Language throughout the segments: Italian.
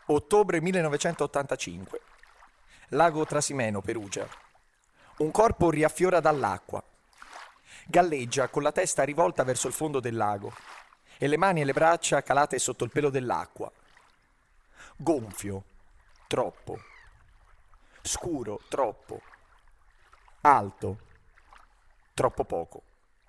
Ottobre 1985. Lago Trasimeno, Perugia. Un corpo riaffiora dall'acqua. Galleggia con la testa rivolta verso il fondo del lago e le mani e le braccia calate sotto il pelo dell'acqua. Gonfio, troppo. Scuro, troppo. Alto, troppo poco.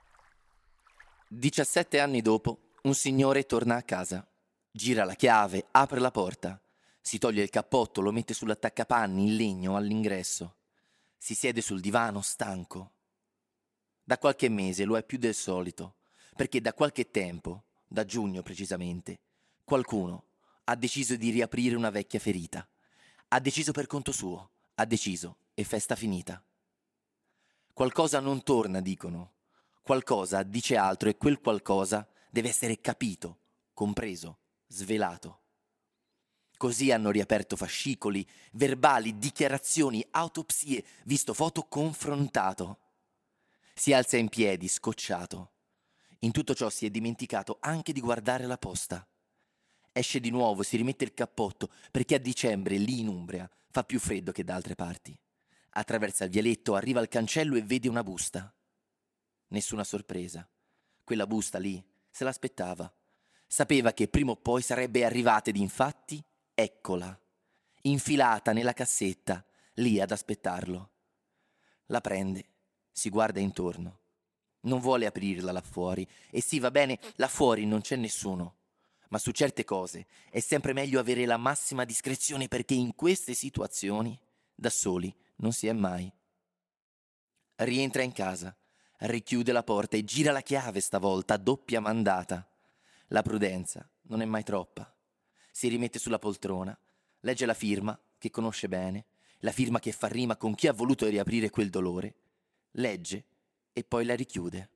17 anni dopo, un signore torna a casa. Gira la chiave, apre la porta. Si toglie il cappotto, lo mette sull'attaccapanni in legno all'ingresso. Si siede sul divano, stanco. Da qualche mese lo è più del solito, perché da qualche tempo, da giugno precisamente, qualcuno ha deciso di riaprire una vecchia ferita. Ha deciso per conto suo, ha deciso e festa finita. Qualcosa non torna, dicono. Qualcosa dice altro e quel qualcosa deve essere capito, compreso, svelato. Così hanno riaperto fascicoli, verbali, dichiarazioni, autopsie, visto foto, confrontato. Si alza in piedi, scocciato. In tutto ciò si è dimenticato anche di guardare la posta. Esce di nuovo, si rimette il cappotto, perché a dicembre, lì in Umbria, fa più freddo che da altre parti. Attraversa il vialetto, arriva al cancello e vede una busta. Nessuna sorpresa. Quella busta lì se l'aspettava. Sapeva che prima o poi sarebbe arrivata ed infatti eccola, infilata nella cassetta, lì ad aspettarlo. La prende, si guarda intorno. Non vuole aprirla là fuori e sì, va bene, là fuori non c'è nessuno. Ma su certe cose è sempre meglio avere la massima discrezione perché in queste situazioni, da soli, non si è mai. Rientra in casa, richiude la porta e gira la chiave stavolta a doppia mandata. La prudenza non è mai troppa. Si rimette sulla poltrona, legge la firma, che conosce bene, la firma che fa rima con chi ha voluto riaprire quel dolore, legge e poi la richiude.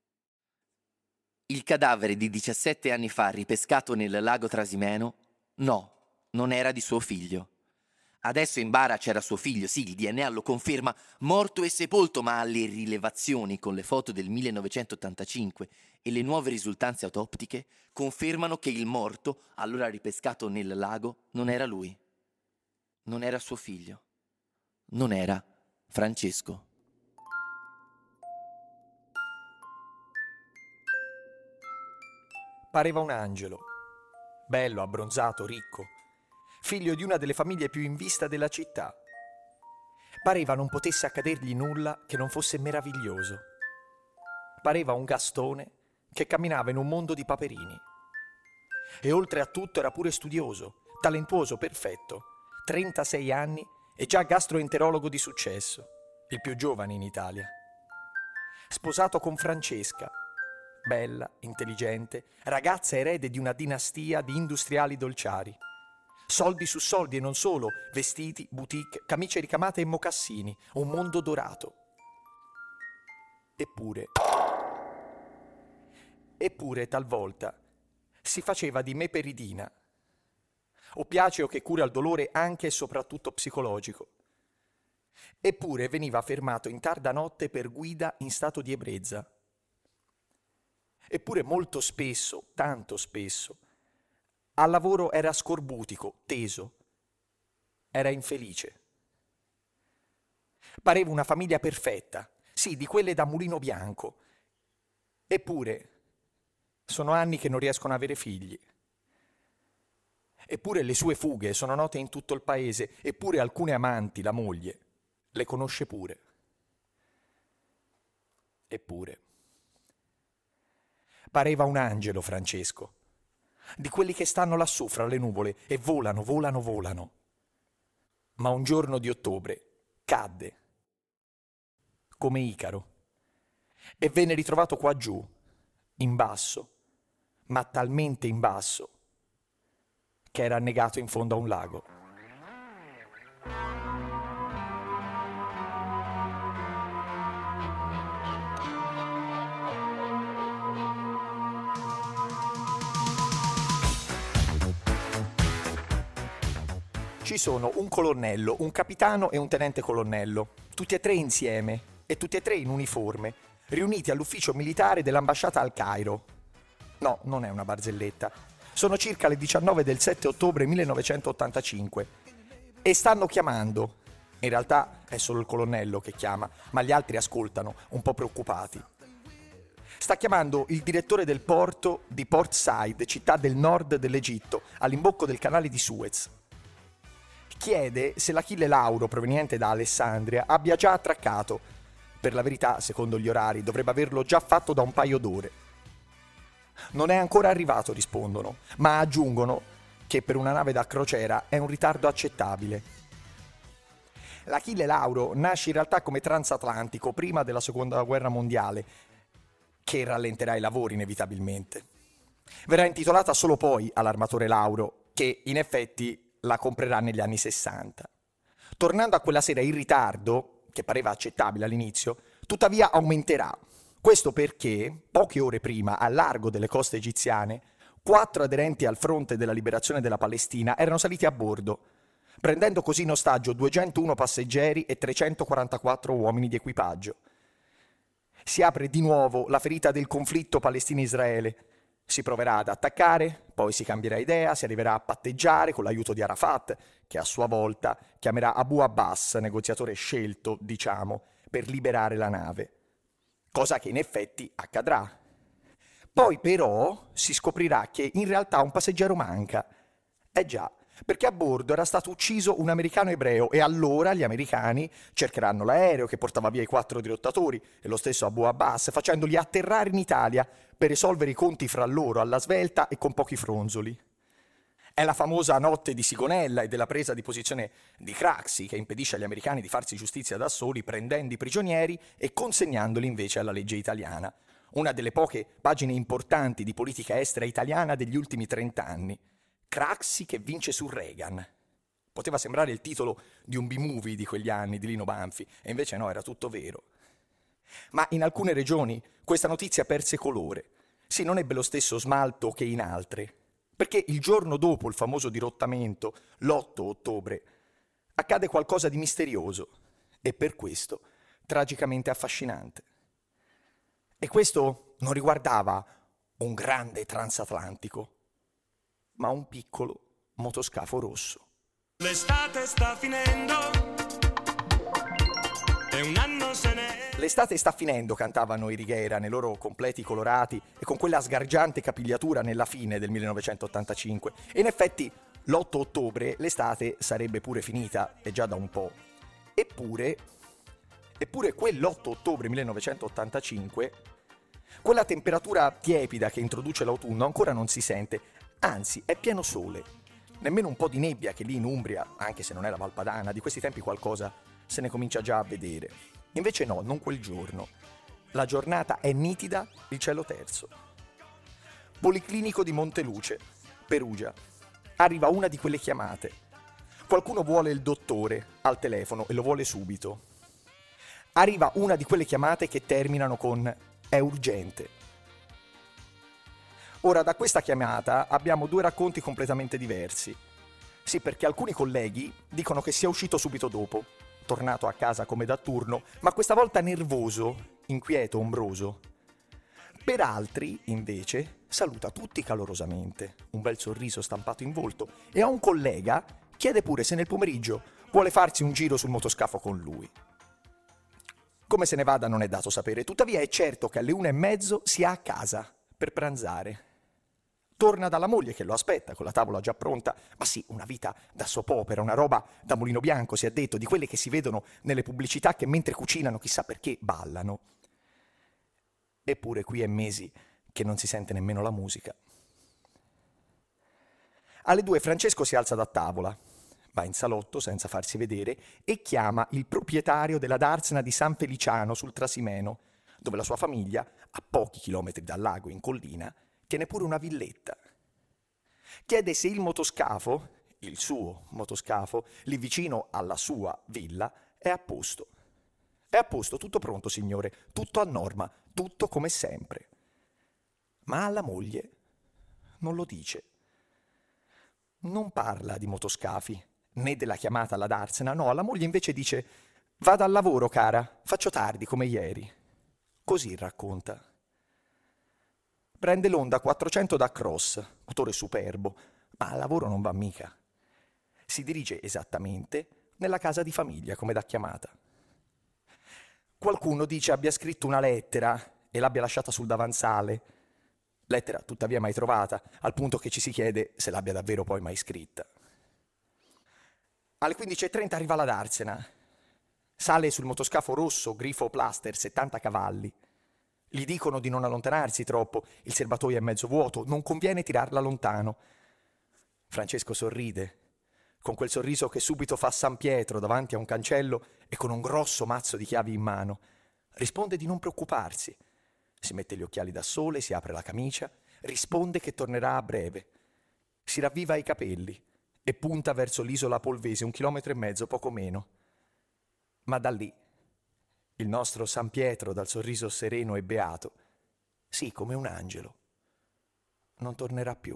Il cadavere di 17 anni fa ripescato nel lago Trasimeno, no, non era di suo figlio. Adesso in bara c'era suo figlio, sì, il DNA lo conferma, morto e sepolto, ma alle rilevazioni con le foto del 1985 e le nuove risultanze autoptiche confermano che il morto, allora ripescato nel lago, non era lui. Non era suo figlio. Non era Francesco. Pareva un angelo, bello, abbronzato, ricco, figlio di una delle famiglie più in vista della città. Pareva non potesse accadergli nulla che non fosse meraviglioso. Pareva un Gastone che camminava in un mondo di paperini. E oltre a tutto era pure studioso, talentuoso, perfetto, 36 anni e già gastroenterologo di successo, il più giovane in Italia. Sposato con Francesca, bella, intelligente, ragazza erede di una dinastia di industriali dolciari. Soldi su soldi e non solo, vestiti, boutique, camicie ricamate e mocassini, un mondo dorato. Eppure talvolta si faceva di meperidina, oppiaceo che cura il dolore anche e soprattutto psicologico. Eppure veniva fermato in tarda notte per guida in stato di ebbrezza. Eppure molto spesso, tanto spesso, al lavoro era scorbutico, teso, era infelice. Pareva una famiglia perfetta, sì, di quelle da mulino bianco. Eppure sono anni che non riescono ad avere figli. Eppure le sue fughe sono note in tutto il paese, eppure alcune amanti, la moglie, le conosce pure. Eppure pareva un angelo Francesco, di quelli che stanno lassù fra le nuvole e volano, volano, volano. Ma un giorno di ottobre cadde, come Icaro, e venne ritrovato qua giù, in basso, ma talmente in basso che era annegato in fondo a un lago. Ci sono un colonnello, un capitano e un tenente colonnello, tutti e tre insieme e tutti e tre in uniforme, riuniti all'ufficio militare dell'ambasciata al Cairo. No, non è una barzelletta. Sono circa le 19 del 7 ottobre 1985 e stanno chiamando. In realtà è solo il colonnello che chiama, ma gli altri ascoltano, un po' preoccupati. Sta chiamando il direttore del porto di Port Said, città del nord dell'Egitto, all'imbocco del canale di Suez. Chiede se l'Achille Lauro, proveniente da Alessandria, abbia già attraccato. Per la verità, secondo gli orari, dovrebbe averlo già fatto da un paio d'ore. Non è ancora arrivato, rispondono, ma aggiungono che per una nave da crociera è un ritardo accettabile. L'Achille Lauro nasce in realtà come transatlantico prima della seconda guerra mondiale, che rallenterà i lavori inevitabilmente. Verrà intitolata solo poi all'armatore Lauro, che in effetti la comprerà negli anni 60. Tornando a quella sera in ritardo, che pareva accettabile all'inizio, tuttavia aumenterà. Questo perché, poche ore prima, al largo delle coste egiziane, 4 aderenti al fronte della liberazione della Palestina erano saliti a bordo, prendendo così in ostaggio 201 passeggeri e 344 uomini di equipaggio. Si apre di nuovo la ferita del conflitto Palestina-Israele. Si proverà ad attaccare, poi si cambierà idea, si arriverà a patteggiare con l'aiuto di Arafat, che a sua volta chiamerà Abu Abbas, negoziatore scelto, diciamo, per liberare la nave. Cosa che in effetti accadrà. Poi però si scoprirà che in realtà un passeggero manca. Già, perché a bordo era stato ucciso un americano ebreo e allora gli americani cercheranno l'aereo che portava via i 4 dirottatori e lo stesso Abu Abbas, facendoli atterrare in Italia per risolvere i conti fra loro alla svelta e con pochi fronzoli. È la famosa notte di Sigonella e della presa di posizione di Craxi che impedisce agli americani di farsi giustizia da soli prendendo i prigionieri e consegnandoli invece alla legge italiana. Una delle poche pagine importanti di politica estera italiana degli ultimi 30 anni. Craxi che vince su Reagan. Poteva sembrare il titolo di un B-movie di quegli anni, di Lino Banfi, e invece no, era tutto vero. Ma in alcune regioni questa notizia perse colore. Sì, non ebbe lo stesso smalto che in altre, perché il giorno dopo il famoso dirottamento, l'8 ottobre, accade qualcosa di misterioso e per questo tragicamente affascinante. E questo non riguardava un grande transatlantico, ma un piccolo motoscafo rosso. L'estate sta finendo e un anno se ne è. L'estate sta finendo, cantavano i Righiera nei loro completi colorati e con quella sgargiante capigliatura nella fine del 1985. E in effetti l'8 ottobre l'estate sarebbe pure finita, e già da un po'. Eppure quell'8 ottobre 1985, quella temperatura tiepida che introduce l'autunno ancora non si sente, anzi è pieno sole. Nemmeno un po' di nebbia che lì in Umbria, anche se non è la Valpadana, di questi tempi qualcosa se ne comincia già a vedere. Invece no, non quel giorno. La giornata è nitida, il cielo terzo. Policlinico di Monteluce, Perugia. Arriva una di quelle chiamate. Qualcuno vuole il dottore al telefono e lo vuole subito. Arriva una di quelle chiamate che terminano con «è urgente». Ora, da questa chiamata abbiamo 2 racconti completamente diversi. Sì, perché alcuni colleghi dicono che sia uscito subito dopo, tornato a casa come da turno, ma questa volta nervoso, inquieto, ombroso. Per altri, invece, saluta tutti calorosamente, un bel sorriso stampato in volto, e a un collega chiede pure se nel pomeriggio vuole farsi un giro sul motoscafo con lui. Come se ne vada non è dato sapere, tuttavia è certo che alle 1:30 sia a casa per pranzare. Torna dalla moglie che lo aspetta con la tavola già pronta, ma sì, una vita da soap opera, una roba da mulino bianco, si è detto, di quelle che si vedono nelle pubblicità che mentre cucinano chissà perché ballano. Eppure qui è mesi che non si sente nemmeno la musica. Alle 2 Francesco si alza da tavola, va in salotto senza farsi vedere e chiama il proprietario della darsena di San Feliciano sul Trasimeno, dove la sua famiglia, a pochi chilometri dal lago in collina, tiene pure una villetta. Chiede se il motoscafo, il suo motoscafo, lì vicino alla sua villa, è a posto. È a posto, tutto pronto, signore, tutto a norma, tutto come sempre. Ma alla moglie non lo dice. Non parla di motoscafi, né della chiamata alla darsena, no, alla moglie invece dice «Vado al lavoro, cara, faccio tardi come ieri». Così racconta. Prende l'Honda 400 da cross, motore superbo, ma al lavoro non va mica. Si dirige esattamente nella casa di famiglia, come da chiamata. Qualcuno dice abbia scritto una lettera e l'abbia lasciata sul davanzale. Lettera tuttavia mai trovata, al punto che ci si chiede se l'abbia davvero poi mai scritta. Alle 15:30 arriva la Darsena. Sale sul motoscafo rosso, grifo Plaster, 70 cavalli. Gli dicono di non allontanarsi troppo, il serbatoio è mezzo vuoto, non conviene tirarla lontano. Francesco sorride, con quel sorriso che subito fa San Pietro davanti a un cancello e con un grosso mazzo di chiavi in mano. Risponde di non preoccuparsi. Si mette gli occhiali da sole, si apre la camicia, risponde che tornerà a breve. Si ravviva i capelli e punta verso l'isola Polvese, 1,5 chilometri, poco meno. Ma da lì, il nostro San Pietro, dal sorriso sereno e beato, sì, come un angelo, non tornerà più.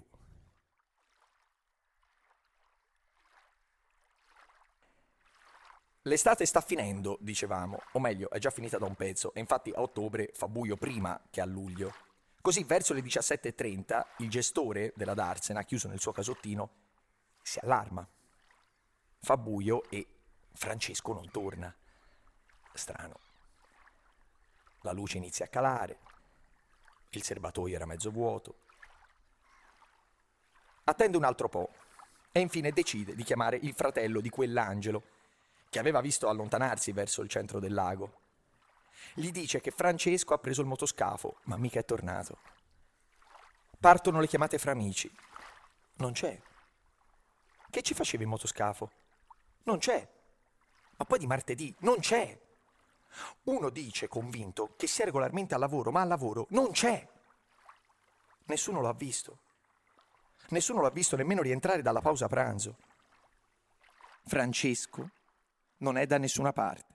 L'estate sta finendo, dicevamo, o meglio, è già finita da un pezzo, e infatti a ottobre fa buio prima che a luglio. Così verso le 17:30 il gestore della Darsena, chiuso nel suo casottino, si allarma. Fa buio e Francesco non torna. Strano. La luce inizia a calare, il serbatoio era mezzo vuoto. Attende un altro po' e infine decide di chiamare il fratello di quell'angelo che aveva visto allontanarsi verso il centro del lago. Gli dice che Francesco ha preso il motoscafo, ma mica è tornato. Partono le chiamate fra amici. Non c'è. Che ci faceva in motoscafo? Non c'è. Ma poi di martedì non c'è. Uno dice convinto che sia regolarmente al lavoro, ma al lavoro non c'è. Nessuno lo ha visto. Nessuno l'ha visto nemmeno rientrare dalla pausa pranzo. Francesco non è da nessuna parte.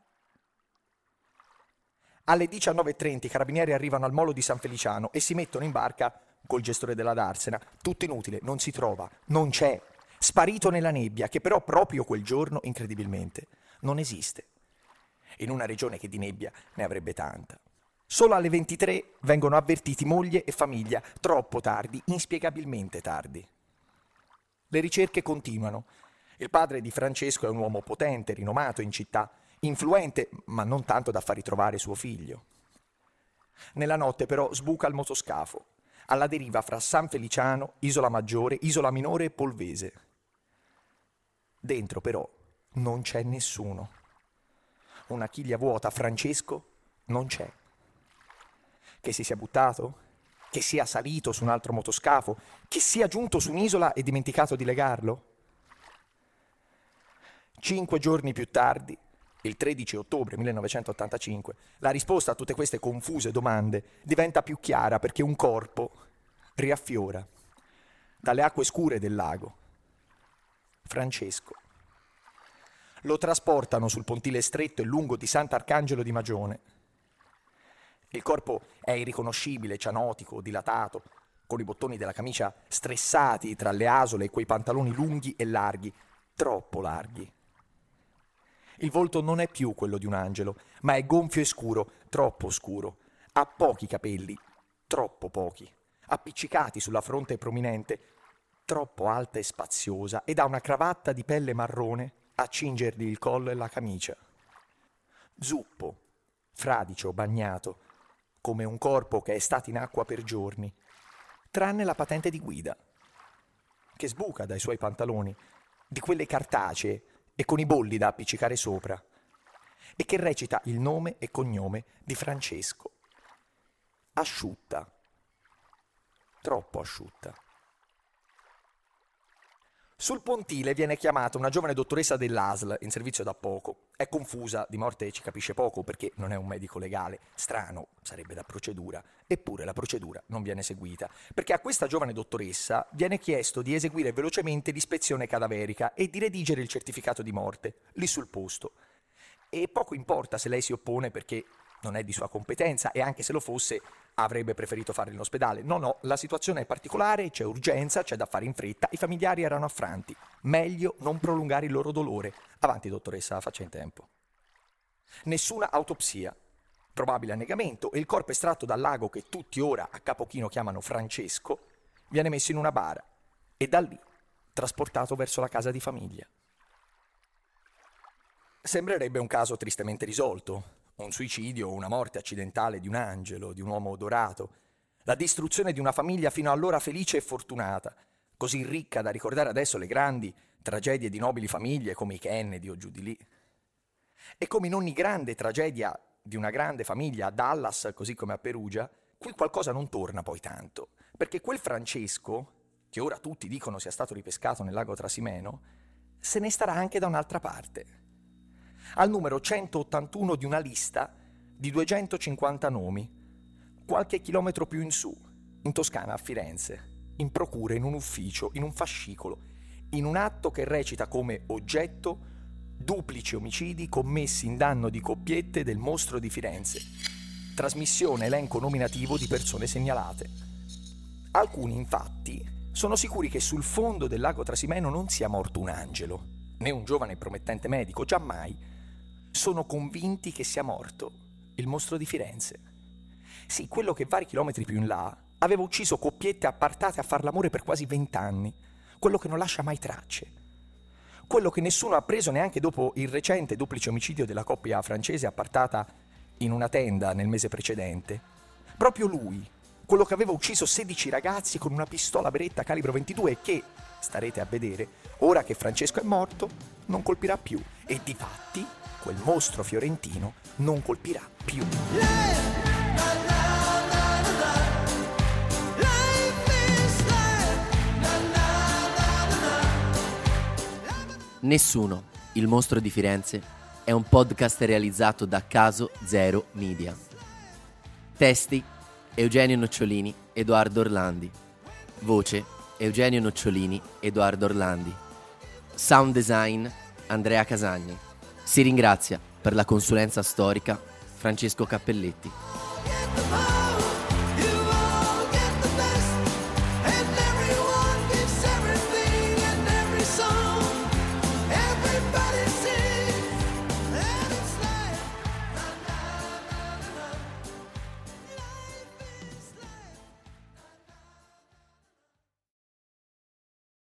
Alle 19:30 i carabinieri arrivano al molo di San Feliciano e si mettono in barca col gestore della Darsena. Tutto inutile, non si trova, non c'è. Sparito nella nebbia, che però proprio quel giorno, incredibilmente, non esiste. In una regione che di nebbia ne avrebbe tanta. Solo alle 23 vengono avvertiti moglie e famiglia, troppo tardi, inspiegabilmente tardi. Le ricerche continuano. Il padre di Francesco è un uomo potente, rinomato in città, influente, ma non tanto da far ritrovare suo figlio. Nella notte però sbuca il motoscafo, alla deriva fra San Feliciano, Isola Maggiore, Isola Minore e Polvese. Dentro però non c'è nessuno. Una chiglia vuota, Francesco non c'è. Che si sia buttato? Che sia salito su un altro motoscafo? Che sia giunto su un'isola e dimenticato di legarlo? 5 giorni più tardi, il 13 ottobre 1985, la risposta a tutte queste confuse domande diventa più chiara perché un corpo riaffiora dalle acque scure del lago. Francesco. Lo trasportano sul pontile stretto e lungo di Sant'Arcangelo di Magione. Il corpo è irriconoscibile, cianotico, dilatato, con i bottoni della camicia stressati tra le asole e quei pantaloni lunghi e larghi, troppo larghi. Il volto non è più quello di un angelo, ma è gonfio e scuro, troppo scuro. Ha pochi capelli, troppo pochi, appiccicati sulla fronte prominente, troppo alta e spaziosa, ed ha una cravatta di pelle marrone a cingergli il collo e la camicia. Zuppo, fradicio, bagnato, come un corpo che è stato in acqua per giorni, tranne la patente di guida, che sbuca dai suoi pantaloni, di quelle cartacee e con i bolli da appiccicare sopra, e che recita il nome e cognome di Francesco. Asciutta, troppo asciutta. Sul pontile viene chiamata una giovane dottoressa dell'ASL in servizio da poco. È confusa, di morte ci capisce poco perché non è un medico legale. Strano, sarebbe da procedura. Eppure la procedura non viene seguita, perché a questa giovane dottoressa viene chiesto di eseguire velocemente l'ispezione cadaverica e di redigere il certificato di morte, lì sul posto. E poco importa se lei si oppone perché non è di sua competenza e anche se lo fosse avrebbe preferito farlo in ospedale. No, la situazione è particolare, c'è urgenza, c'è da fare in fretta, i familiari erano affranti. Meglio non prolungare il loro dolore. Avanti, dottoressa, faccia in tempo. Nessuna autopsia, Probabile annegamento, e il corpo estratto dal lago che tutti ora a Capo Chino chiamano Francesco viene messo in una bara e da lì trasportato verso la casa di famiglia. Sembrerebbe un caso tristemente risolto, un suicidio o una morte accidentale di un angelo, di un uomo dorato, la distruzione di una famiglia fino allora felice e fortunata, così ricca da ricordare adesso le grandi tragedie di nobili famiglie come i Kennedy o giù di lì. E come in ogni grande tragedia di una grande famiglia a Dallas, così come a Perugia, qui qualcosa non torna poi tanto, perché quel Francesco, che ora tutti dicono sia stato ripescato nel lago Trasimeno, se ne starà anche da un'altra parte. Al numero 181 di una lista di 250 nomi, qualche chilometro più in su, in Toscana a Firenze, in procura, in un ufficio, in un fascicolo, in un atto che recita come oggetto duplici omicidi commessi in danno di coppiette del mostro di Firenze. Trasmissione elenco nominativo di persone segnalate. Alcuni, infatti, sono sicuri che sul fondo del lago Trasimeno non sia morto un angelo, né un giovane promettente medico, giammai. Sono convinti che sia morto il mostro di Firenze. Sì, quello che vari chilometri più in là aveva ucciso coppiette appartate a far l'amore per quasi 20 anni, quello che non lascia mai tracce, quello che nessuno ha preso neanche dopo il recente duplice omicidio della coppia francese appartata in una tenda nel mese precedente. Proprio lui, quello che aveva ucciso 16 ragazzi con una pistola Beretta calibro 22 e che, starete a vedere, ora che Francesco è morto, non colpirà più. E difatti, quel mostro fiorentino non colpirà più. Nessuno, il mostro di Firenze, è un podcast realizzato da Caso Zero Media. Testi: Eugenio Nocciolini, Edoardo Orlandi. Voce: Eugenio Nocciolini, Edoardo Orlandi. Sound design: Andrea Casagni. Si ringrazia per la consulenza storica Francesco Cappelletti.